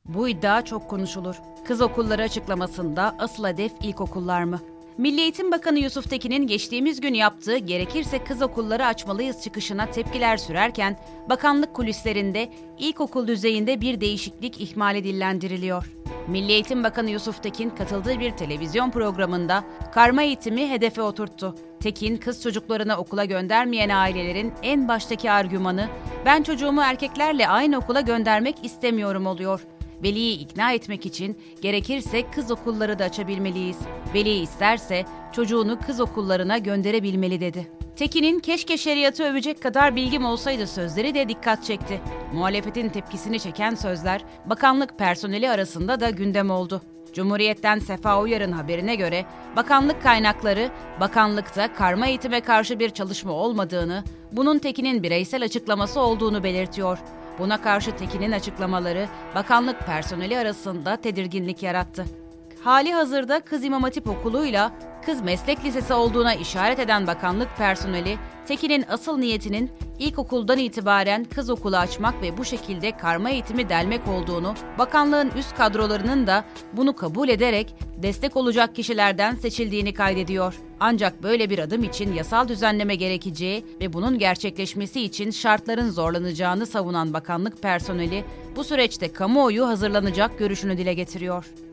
Bu iddia çok konuşulur. Kız okulları açıklamasında asıl hedef ilkokullar mı? Milli Eğitim Bakanı Yusuf Tekin'in geçtiğimiz gün yaptığı gerekirse kız okulları açmalıyız çıkışına tepkiler sürerken, bakanlık kulislerinde ilkokul düzeyinde bir değişiklik ihmali dillendiriliyor. Milli Eğitim Bakanı Yusuf Tekin katıldığı bir televizyon programında karma eğitimi hedefe oturttu. Tekin, kız çocuklarını okula göndermeyen ailelerin en baştaki argümanı, "Ben çocuğumu erkeklerle aynı okula göndermek istemiyorum" oluyor. Veliyi ikna etmek için gerekirse kız okulları da açabilmeliyiz. Veli isterse çocuğunu kız okullarına gönderebilmeli dedi. Tekin'in "keşke şeriatı övecek kadar bilgim olsaydı" sözleri de dikkat çekti. Muhalefetin tepkisini çeken sözler bakanlık personeli arasında da gündem oldu. Cumhuriyet'ten Sefa Uyar'ın haberine göre bakanlık kaynakları bakanlıkta karma eğitime karşı bir çalışma olmadığını, bunun Tekin'in bireysel açıklaması olduğunu belirtiyor. Buna karşı Tekin'in açıklamaları bakanlık personeli arasında tedirginlik yarattı. Hali hazırda Kız İmam Hatip Okulu'yla Kız Meslek Lisesi olduğuna işaret eden bakanlık personeli, Tekin'in asıl niyetinin ilkokuldan itibaren kız okulu açmak ve bu şekilde karma eğitimi delmek olduğunu, bakanlığın üst kadrolarının da bunu kabul ederek destek olacak kişilerden seçildiğini kaydediyor. Ancak böyle bir adım için yasal düzenleme gerekeceği ve bunun gerçekleşmesi için şartların zorlanacağını savunan bakanlık personeli, bu süreçte kamuoyu hazırlanacak görüşünü dile getiriyor.